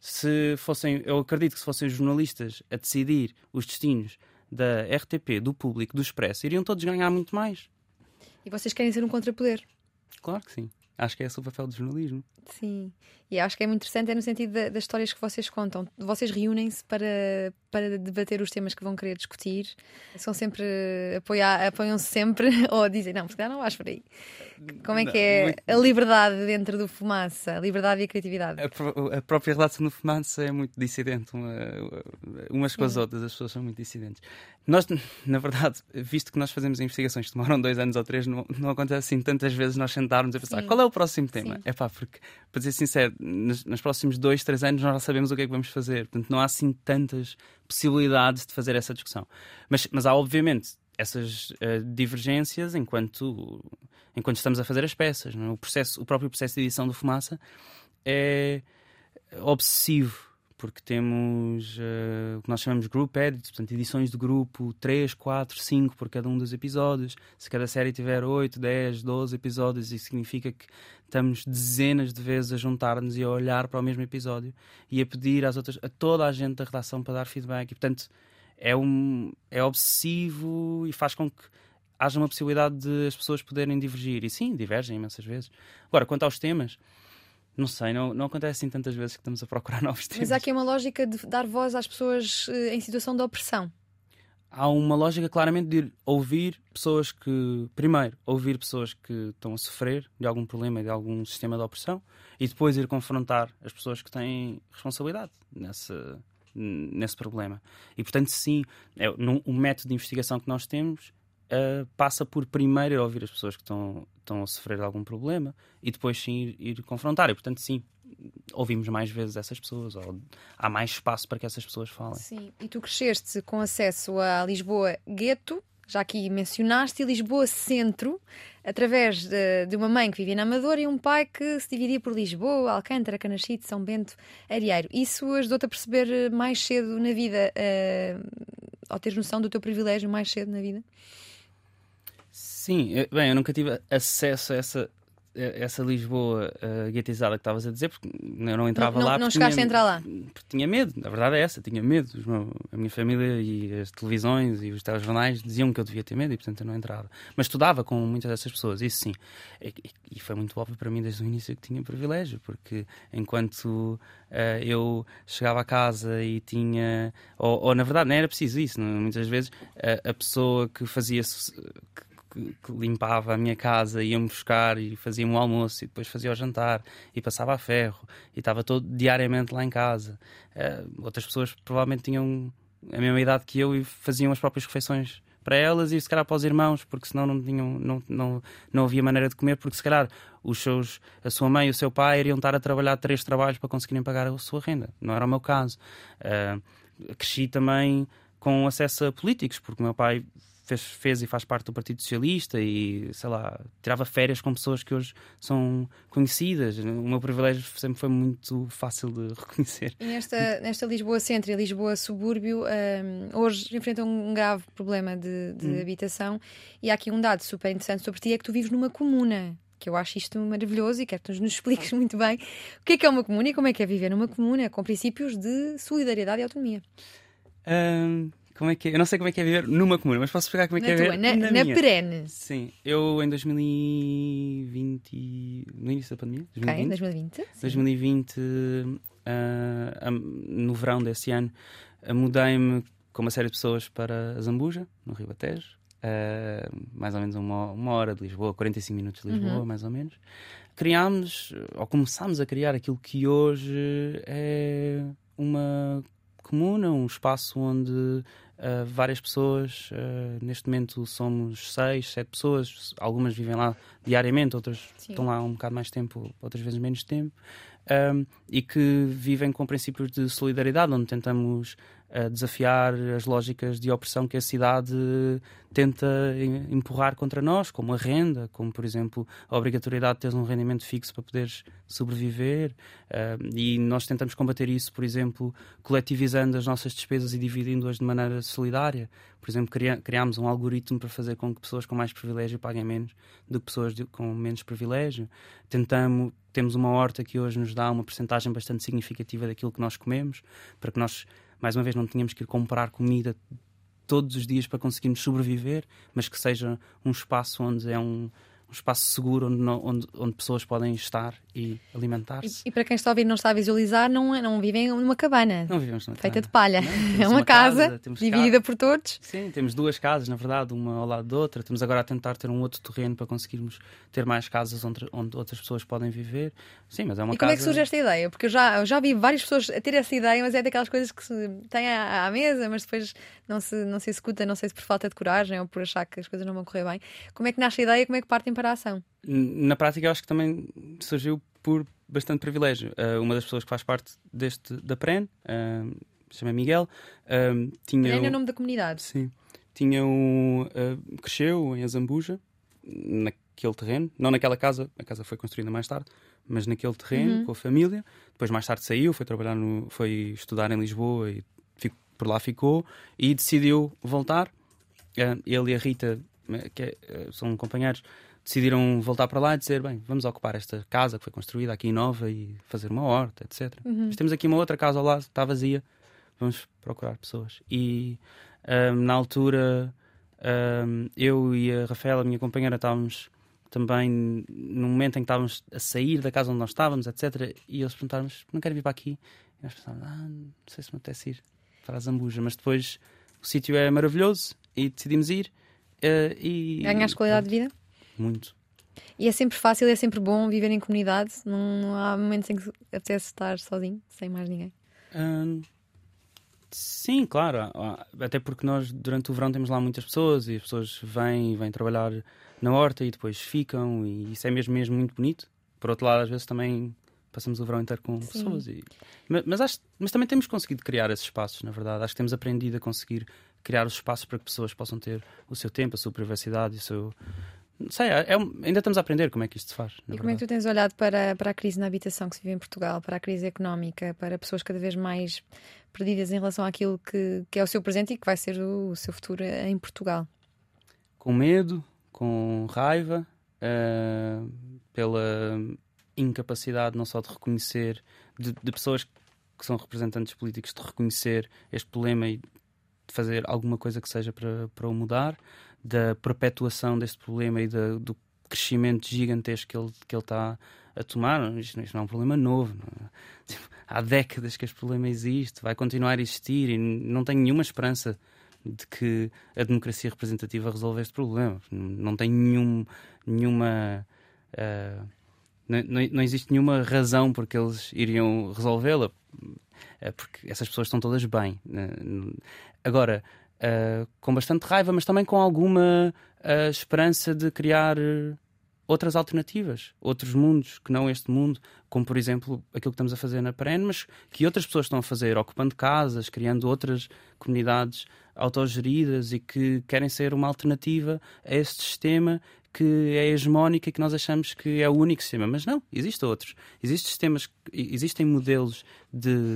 eu acredito que se fossem os jornalistas a decidir os destinos da RTP, do Público, do Expresso, iriam todos ganhar muito mais. E vocês querem ser um contrapoder? Claro que sim. Acho que é esse o papel do jornalismo. Sim. E acho que é muito interessante, no sentido das histórias que vocês contam. Vocês reúnem-se para para debater os temas que vão querer discutir? São sempre apoiam-se sempre ou dizem, não, porque não vais por aí? Como é que é a liberdade dentro do Fumaça? A liberdade e a criatividade? A própria relação do Fumaça é muito dissidente, umas com as outras, as pessoas são muito dissidentes. Nós, na verdade, visto que nós fazemos investigações que demoram 2 anos ou 3, não acontece assim tantas vezes nós sentarmos a pensar qual é o próximo tema. É pá, porque, para dizer sincero, nos próximos 2, 3 anos nós já sabemos o que é que vamos fazer. Portanto, não há assim tantas possibilidades de fazer essa discussão. Mas há, obviamente, essas divergências enquanto estamos a fazer as peças. Não é? O próprio processo de edição do Fumaça é obsessivo, porque temos o que nós chamamos de group edits, portanto, edições de grupo, 3, 4, 5 por cada um dos episódios. Se cada série tiver 8, 10, 12 episódios, isso significa que estamos dezenas de vezes a juntar-nos e a olhar para o mesmo episódio e a pedir a toda a gente da redação para dar feedback. E, portanto, é obsessivo e faz com que haja uma possibilidade de as pessoas poderem divergir. E sim, divergem imensas vezes. Agora, quanto aos temas, não sei, não acontece assim tantas vezes que estamos a procurar novos temas. Mas há aqui uma lógica de dar voz às pessoas em situação de opressão. Há uma lógica claramente de ouvir pessoas que... Primeiro, ouvir pessoas que estão a sofrer de algum problema, de algum sistema de opressão, e depois ir confrontar as pessoas que têm responsabilidade nesse problema. E, portanto, sim, o método de investigação que nós temos passa por primeiro ir ouvir as pessoas que estão a sofrer de algum problema e depois sim ir confrontar. E, portanto, sim, ouvimos mais vezes essas pessoas, ou há mais espaço para que essas pessoas falem. Sim, e tu cresceste com acesso a Lisboa Gueto, já aqui mencionaste, e Lisboa Centro, através de uma mãe que vivia na Amadora e um pai que se dividia por Lisboa, Alcântara, Canachide, São Bento, Arieiro. Isso ajudou-te a perceber mais cedo na vida, ou ter noção do teu privilégio mais cedo na vida? Sim, eu nunca tive acesso a essa Lisboa guetizada que estavas a dizer, porque eu não entrava lá. Não chegaste a entrar lá? Porque tinha medo, a verdade é essa, tinha medo. A minha família e as televisões e os telejornais diziam que eu devia ter medo e, portanto, eu não entrava. Mas estudava com muitas dessas pessoas, isso sim. E foi muito óbvio para mim desde o início que tinha privilégio, porque enquanto eu chegava a casa e tinha... Ou na verdade, não era preciso isso. Muitas vezes a pessoa que fazia... que limpava a minha casa, ia-me buscar e fazia-me o almoço e depois fazia o jantar e passava a ferro e estava todo diariamente lá em casa. Outras pessoas provavelmente tinham a mesma idade que eu e faziam as próprias refeições para elas e se calhar para os irmãos, porque senão não havia maneira de comer, porque se calhar a sua mãe e o seu pai iriam estar a trabalhar 3 trabalhos para conseguirem pagar a sua renda. Não era o meu caso. Cresci também com acesso a políticos, porque o meu pai fez e faz parte do Partido Socialista e, sei lá, tirava férias com pessoas que hoje são conhecidas. O meu privilégio sempre foi muito fácil de reconhecer. E nesta Lisboa Centro e Lisboa Subúrbio, hoje enfrentam um grave problema de habitação e há aqui um dado super interessante sobre ti, é que tu vives numa comuna, que eu acho isto maravilhoso e quero que tu nos expliques muito bem o que é uma comuna e como é que é viver numa comuna com princípios de solidariedade e autonomia. Como é que é? Eu não sei como é que é viver numa comuna, mas posso explicar como é que é viver na minha. Perene. Sim, eu em 2020, no início da pandemia, 2020, no verão desse ano, mudei-me com uma série de pessoas para Zambuja, no Ribatejo, mais ou menos uma hora de Lisboa, 45 minutos de Lisboa, mais ou menos. Começámos a criar aquilo que hoje é uma comuna, um espaço onde várias pessoas, neste momento somos 6, 7 pessoas, algumas vivem lá diariamente, outras estão lá um bocado mais tempo, outras vezes menos tempo, e que vivem com princípios de solidariedade, onde tentamos desafiar as lógicas de opressão que a cidade tenta empurrar contra nós, como a renda, como, por exemplo, a obrigatoriedade de teres um rendimento fixo para poderes sobreviver, e nós tentamos combater isso, por exemplo, coletivizando as nossas despesas e dividindo-as de maneira solidária. Por exemplo, criámos um algoritmo para fazer com que pessoas com mais privilégio paguem menos do que pessoas com menos privilégio. Temos uma horta que hoje nos dá uma percentagem bastante significativa daquilo que nós comemos, para que nós, mais uma vez, não tenhamos que ir comprar comida todos os dias para conseguirmos sobreviver, mas que seja um espaço onde é um espaço seguro onde pessoas podem estar e alimentar-se. E para quem está a ouvir e não está a visualizar, não vivem numa cabana. Não vivemos numa feita cabana. de palha. Não, é uma casa dividida por todos. Sim, temos 2 casas, na verdade, uma ao lado da outra. Estamos agora a tentar ter um outro terreno para conseguirmos ter mais casas onde outras pessoas podem viver. Sim, mas é uma E casa... como é que surge esta ideia? Porque eu já vi várias pessoas a ter essa ideia, mas é daquelas coisas que se têm à mesa, mas depois não se executa, não sei se por falta de coragem ou por achar que as coisas não vão correr bem. Como é que nasce a ideia e como é que partem para a ação? Na prática, eu acho que também surgiu por bastante privilégio. Uma das pessoas que faz parte da PREN, se chama Miguel, tinha... PREN é o nome da comunidade. Sim. Cresceu em Azambuja, naquele terreno, não naquela casa, a casa foi construída mais tarde, mas naquele terreno, com a família. Depois mais tarde saiu, foi estudar em Lisboa e por lá ficou e decidiu voltar. Ele e a Rita, são companheiros, decidiram voltar para lá e dizer, bem, vamos ocupar esta casa que foi construída aqui nova e fazer uma horta, etc. Mas temos aqui uma outra casa ao lado, está vazia, vamos procurar pessoas. E na altura, eu e a Rafaela, a minha companheira, estávamos também no momento em que estávamos a sair da casa onde nós estávamos, etc. E eles perguntaram-nos, não querem vir para aqui? E nós pensávamos, não sei se me apetece ir para a Zambuja, mas depois o sítio é maravilhoso e decidimos ir. Ganhaste qualidade de vida? Muito. E é sempre fácil, é sempre bom viver em comunidade? Não há momentos em que apetece estar sozinho, sem mais ninguém? Sim, claro. Até porque nós, durante o verão, temos lá muitas pessoas e as pessoas vêm trabalhar na horta e depois ficam, e isso é mesmo muito bonito. Por outro lado, às vezes também passamos o verão inteiro com pessoas. Mas também temos conseguido criar esses espaços, na verdade. Acho que temos aprendido a conseguir criar os espaços para que pessoas possam ter o seu tempo, a sua privacidade, o seu... Não sei, ainda estamos a aprender como é que isto se faz. E como é que tu tens olhado para a crise na habitação que se vive em Portugal, para a crise económica, para pessoas cada vez mais perdidas em relação àquilo que é o seu presente e que vai ser o seu futuro em Portugal? Com medo, com raiva, pela incapacidade não só de reconhecer, de pessoas que são representantes políticos, de reconhecer este problema e de fazer alguma coisa que seja para o mudar, da perpetuação deste problema e do crescimento gigantesco que ele está a tomar. Isto não é um problema novo. Há décadas que este problema existe, vai continuar a existir e não tenho nenhuma esperança de que a democracia representativa resolva este problema. Não tem nenhuma... Não existe nenhuma razão porque eles iriam resolvê-la, porque essas pessoas estão todas bem. Agora, com bastante raiva, mas também com alguma esperança de criar outras alternativas, outros mundos que não este mundo, como por exemplo aquilo que estamos a fazer na PREN, mas que outras pessoas estão a fazer, ocupando casas, criando outras comunidades autogeridas e que querem ser uma alternativa a este sistema que é hegemónico e que nós achamos que é o único sistema. Mas não, existem outros. Existem sistemas, existem modelos de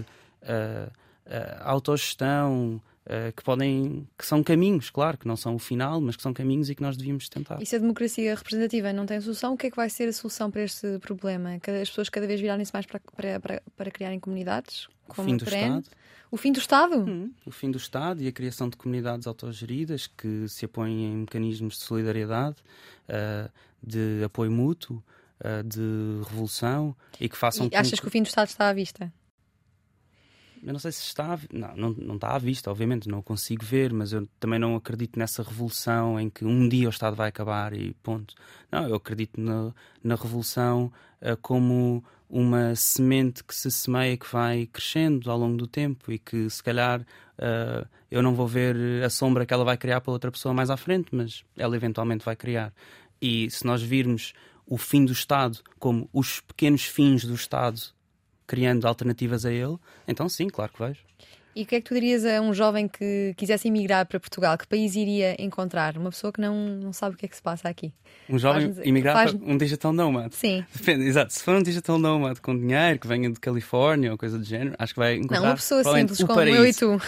autogestão que são caminhos, claro, que não são o final, mas que são caminhos e que nós devíamos tentar. E se a democracia representativa não tem solução, o que é que vai ser a solução para este problema? As pessoas cada vez virarem-se mais para criarem comunidades? O fim do Estado. O fim do Estado? O fim do Estado e a criação de comunidades autogeridas que se apoiem em mecanismos de solidariedade, de apoio mútuo, de revolução e que façam... E achas que o fim do Estado está à vista? Eu não sei se está... Não está à vista, obviamente, não o consigo ver, mas eu também não acredito nessa revolução em que um dia o Estado vai acabar e ponto. Não, eu acredito na revolução como uma semente que se semeia, que vai crescendo ao longo do tempo e que se calhar eu não vou ver a sombra que ela vai criar para outra pessoa mais à frente, mas ela eventualmente vai criar. E se nós virmos o fim do Estado como os pequenos fins do Estado criando alternativas a ele, então sim, claro que vejo. E o que é que tu dirias a um jovem que quisesse emigrar para Portugal? Que país iria encontrar? Uma pessoa que não sabe o que é que se passa aqui. Um jovem emigrar para um digital nomad? Sim. Depende, exato. Se for um digital nomad com dinheiro, que venha de Califórnia ou coisa do género, acho que vai encontrar... Não, uma pessoa simples como eu e tu.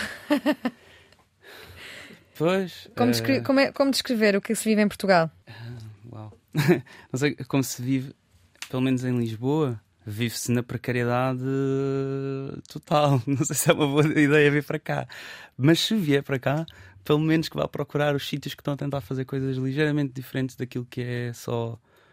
Pois... Como descrever o que se vive em Portugal? Uau. Não sei como se vive, pelo menos em Lisboa... Vive-se na precariedade total. Não sei se é uma boa ideia vir para cá. Mas se vier para cá, pelo menos que vá procurar os sítios que estão a tentar fazer coisas ligeiramente diferentes daquilo que é só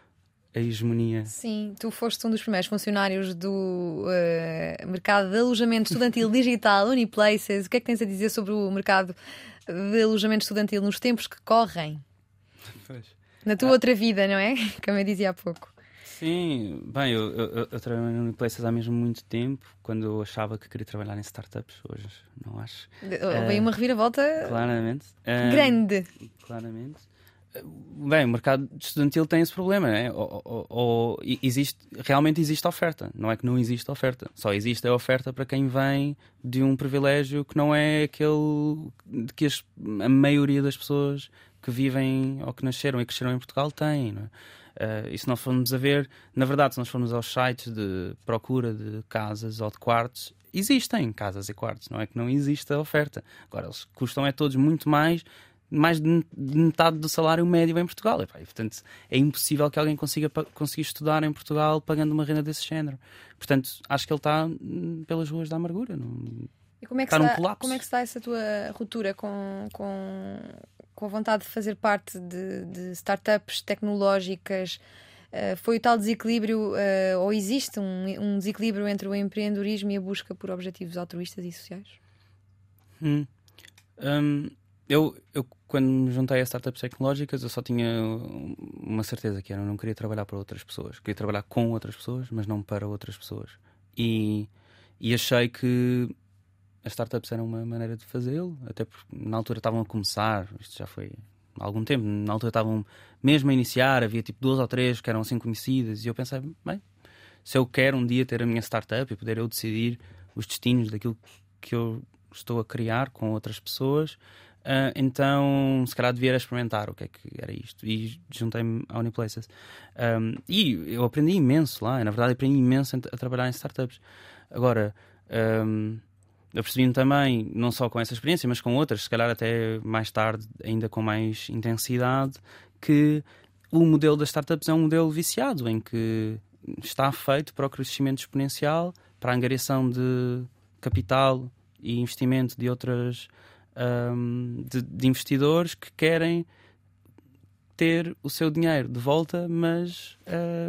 a hegemonia. Sim, tu foste um dos primeiros funcionários do mercado de alojamento estudantil digital Uniplaces. O que é que tens a dizer sobre o mercado de alojamento estudantil nos tempos que correm? Pois. Na tua outra vida, não é? Como eu dizia há pouco. Sim, bem, eu trabalhei no Uniplaces há mesmo muito tempo, quando eu achava que queria trabalhar em startups. Hoje não acho. Veio uma reviravolta Claramente. grande. Claramente. Bem, o mercado estudantil tem esse problema, né? Realmente existe oferta. Não é que não existe oferta. Só existe a oferta para quem vem de um privilégio que não é aquele que a maioria das pessoas que vivem ou que nasceram e cresceram em Portugal têm, não é? E se nós formos a ver, na verdade, se nós formos aos sites de procura de casas ou de quartos, existem casas e quartos, não é que não existe a oferta. Agora, eles custam todos muito mais de metade do salário médio em Portugal. E, portanto, é impossível que alguém consiga estudar em Portugal pagando uma renda desse género. Portanto, acho que ele está pelas ruas da amargura. E como é que está num colapso. Como é que está essa tua ruptura com a vontade de fazer parte de startups tecnológicas? Foi o tal desequilíbrio, ou existe um desequilíbrio entre o empreendedorismo e a busca por objetivos altruístas e sociais? Eu, quando me juntei a startups tecnológicas, eu só tinha uma certeza, que era: eu não queria trabalhar para outras pessoas. Queria trabalhar com outras pessoas, mas não para outras pessoas. E achei que as startups eram uma maneira de fazê-lo, até porque na altura estavam a começar, isto já foi há algum tempo, na altura estavam mesmo a iniciar, havia tipo 2 ou 3 que eram assim conhecidas, e eu pensei, bem, se eu quero um dia ter a minha startup e poder eu decidir os destinos daquilo que eu estou a criar com outras pessoas, então se calhar devia experimentar o que é que era isto, e juntei-me à Uniplaces. E eu aprendi imenso lá, na verdade aprendi imenso a trabalhar em startups. Agora, eu percebi-me também, não só com essa experiência, mas com outras, se calhar até mais tarde, ainda com mais intensidade, que o modelo das startups é um modelo viciado, em que está feito para o crescimento exponencial, para a angariação de capital e investimento de outras de investidores que querem ter o seu dinheiro de volta, mas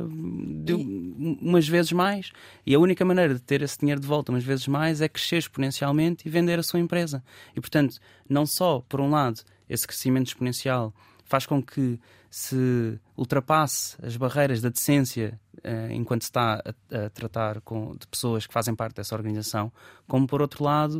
umas vezes mais. E a única maneira de ter esse dinheiro de volta umas vezes mais é crescer exponencialmente e vender a sua empresa. E, portanto, não só, por um lado, esse crescimento exponencial faz com que se ultrapasse as barreiras da decência enquanto se está a tratar de pessoas que fazem parte dessa organização, como, por outro lado,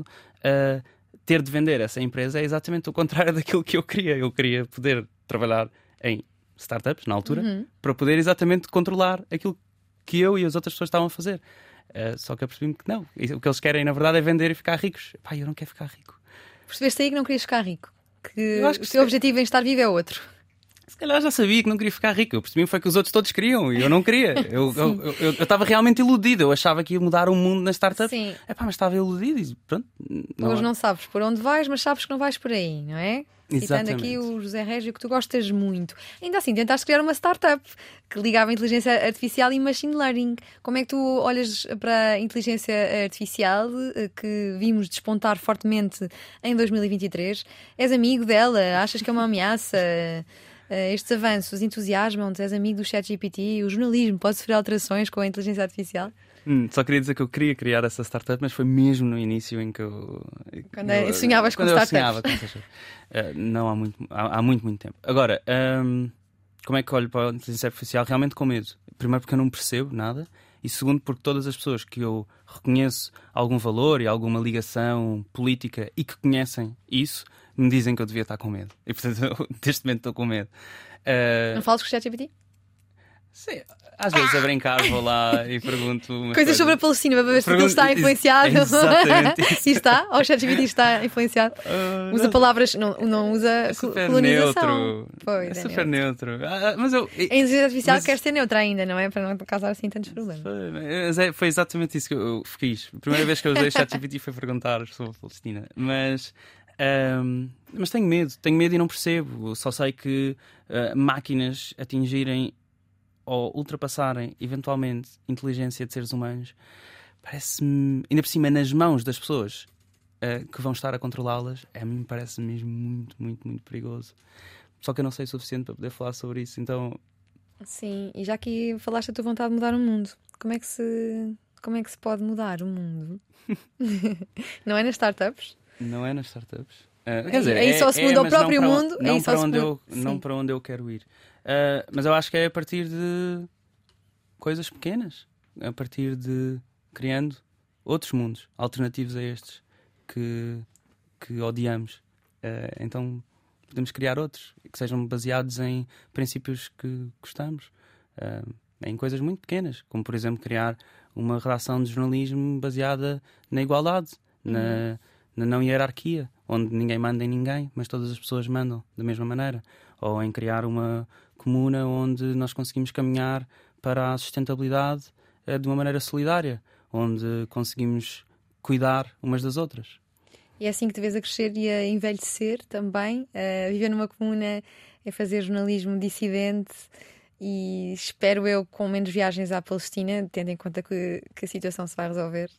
ter de vender essa empresa é exatamente o contrário daquilo que eu queria. Eu queria poder trabalhar em startups, na altura, para poder exatamente controlar aquilo que eu e as outras pessoas estavam a fazer. Só que eu percebi-me que não. O que eles querem, na verdade, é vender e ficar ricos. Eu não quero ficar rico. Percebeste aí que não querias ficar rico? Que o teu objetivo em estar vivo é outro? Se calhar já sabia que não queria ficar rico. Eu percebi foi que os outros todos queriam e eu não queria. Eu estava realmente iludido. Eu achava que ia mudar o mundo nas startups. Sim. Mas estava iludido e pronto. Hoje não sabes por onde vais, mas sabes que não vais por aí, não é? Citando aqui o José Régio, que tu gostas muito. Ainda assim, tentaste criar uma startup que ligava a inteligência artificial e machine learning. Como é que tu olhas para a inteligência artificial que vimos despontar fortemente em 2023? És amigo dela? Achas que é uma ameaça? Estes avanços entusiasmam-te? És amigo do ChatGPT? O jornalismo pode sofrer alterações com a inteligência artificial? Só queria dizer que eu queria criar essa startup, mas foi mesmo no início em que eu... Sonhavas com startups? Sonhava com startups. Não há muito tempo. Agora, como é que olho para a inteligência artificial? Realmente com medo. Primeiro porque eu não percebo nada, e segundo porque todas as pessoas que eu reconheço algum valor e alguma ligação política e que conhecem isso, me dizem que eu devia estar com medo. E portanto, eu, neste momento estou com medo. Não falas com o ChatGPT? Sim, às vezes a brincar vou lá e pergunto coisas sobre a Palestina para ver se ele está influenciado. Exatamente isso. E está? Ou o ChatGPT está influenciado? Usa palavras, não usa colonização. É super neutro. Mas a inteligência artificial quer ser neutra ainda, não é? Para não causar assim tantos problemas. Foi exatamente isso que eu fiz. A primeira vez que eu usei o ChatGPT foi perguntar sobre a Palestina. Mas tenho medo e não percebo. Só sei que máquinas atingirem ou ultrapassarem, eventualmente, inteligência de seres humanos, parece-me, ainda por cima, nas mãos das pessoas que vão estar a controlá-las, a mim parece mesmo muito, muito, muito perigoso. Só que eu não sei o suficiente para poder falar sobre isso, então Sim, e já aqui falaste da tua vontade de mudar o mundo. Como é que se pode mudar o mundo? Não é nas startups? Não é nas startups. Quer dizer, aí só se muda o próprio mundo. Não para onde eu quero ir. Mas eu acho que é a partir de coisas pequenas. A partir de criando outros mundos alternativos a estes que odiamos. Então podemos criar outros que sejam baseados em princípios que gostamos. Em coisas muito pequenas, como por exemplo criar uma redação de jornalismo baseada na igualdade, na não hierarquia, onde ninguém manda em ninguém, mas todas as pessoas mandam da mesma maneira. Ou em criar uma comuna onde nós conseguimos caminhar para a sustentabilidade de uma maneira solidária, onde conseguimos cuidar umas das outras. E é assim que te vês a crescer e a envelhecer também, a viver numa comuna, a fazer jornalismo dissidente e, espero eu, com menos viagens à Palestina, tendo em conta que a situação se vai resolver.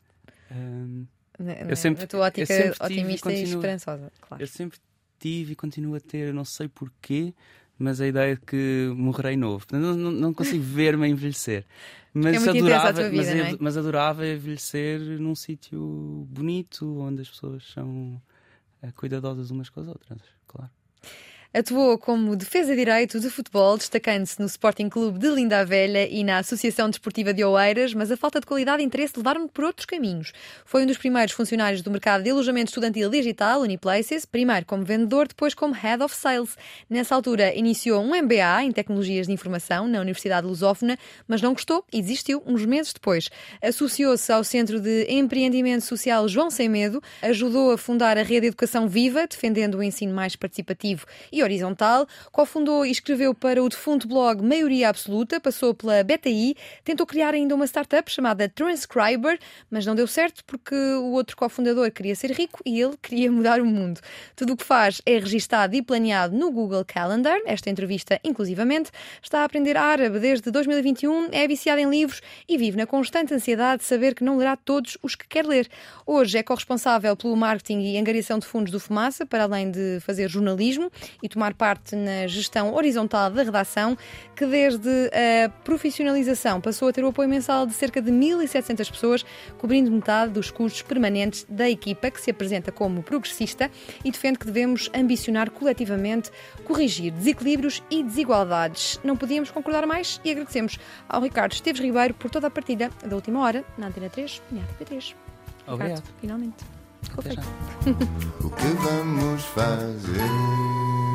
Na tua ótica otimista e esperançosa, claro. Eu sempre tive e continuo a ter, não sei porquê, mas a ideia de que morrerei novo. Não consigo ver-me a envelhecer. Mas é adorava, a tua vida, não é? mas adorava envelhecer num sítio bonito, onde as pessoas são cuidadosas umas com as outras, claro. Atuou como defesa de direito de futebol, destacando-se no Sporting Clube de Linda a Velha e na Associação Desportiva de Oeiras, mas a falta de qualidade e interesse levaram-no por outros caminhos. Foi um dos primeiros funcionários do mercado de alojamento estudantil digital, Uniplaces, primeiro como vendedor, depois como Head of Sales. Nessa altura, iniciou um MBA em Tecnologias de Informação na Universidade Lusófona, mas não gostou e desistiu uns meses depois. Associou-se ao Centro de Empreendimento Social João Sem Medo, ajudou a fundar a Rede Educação Viva, defendendo o ensino mais participativo e horizontal, cofundou e escreveu para o defunto blog Maioria Absoluta, passou pela BTI, tentou criar ainda uma startup chamada Transcriber, mas não deu certo porque o outro cofundador queria ser rico e ele queria mudar o mundo. Tudo o que faz é registado e planeado no Google Calendar, esta entrevista inclusivamente, está a aprender árabe desde 2021, é viciado em livros e vive na constante ansiedade de saber que não lerá todos os que quer ler. Hoje é corresponsável pelo marketing e angariação de fundos do Fumaça, para além de fazer jornalismo e tomar parte na gestão horizontal da redação, que desde a profissionalização passou a ter o apoio mensal de cerca de 1.700 pessoas, cobrindo metade dos custos permanentes da equipa, que se apresenta como progressista e defende que devemos ambicionar coletivamente corrigir desequilíbrios e desigualdades. Não podíamos concordar mais e agradecemos ao Ricardo Esteves Ribeiro por toda a partilha da última hora na Antena 3 e na RTP3. Obrigado. Ricardo, finalmente. Até já. O que vamos fazer?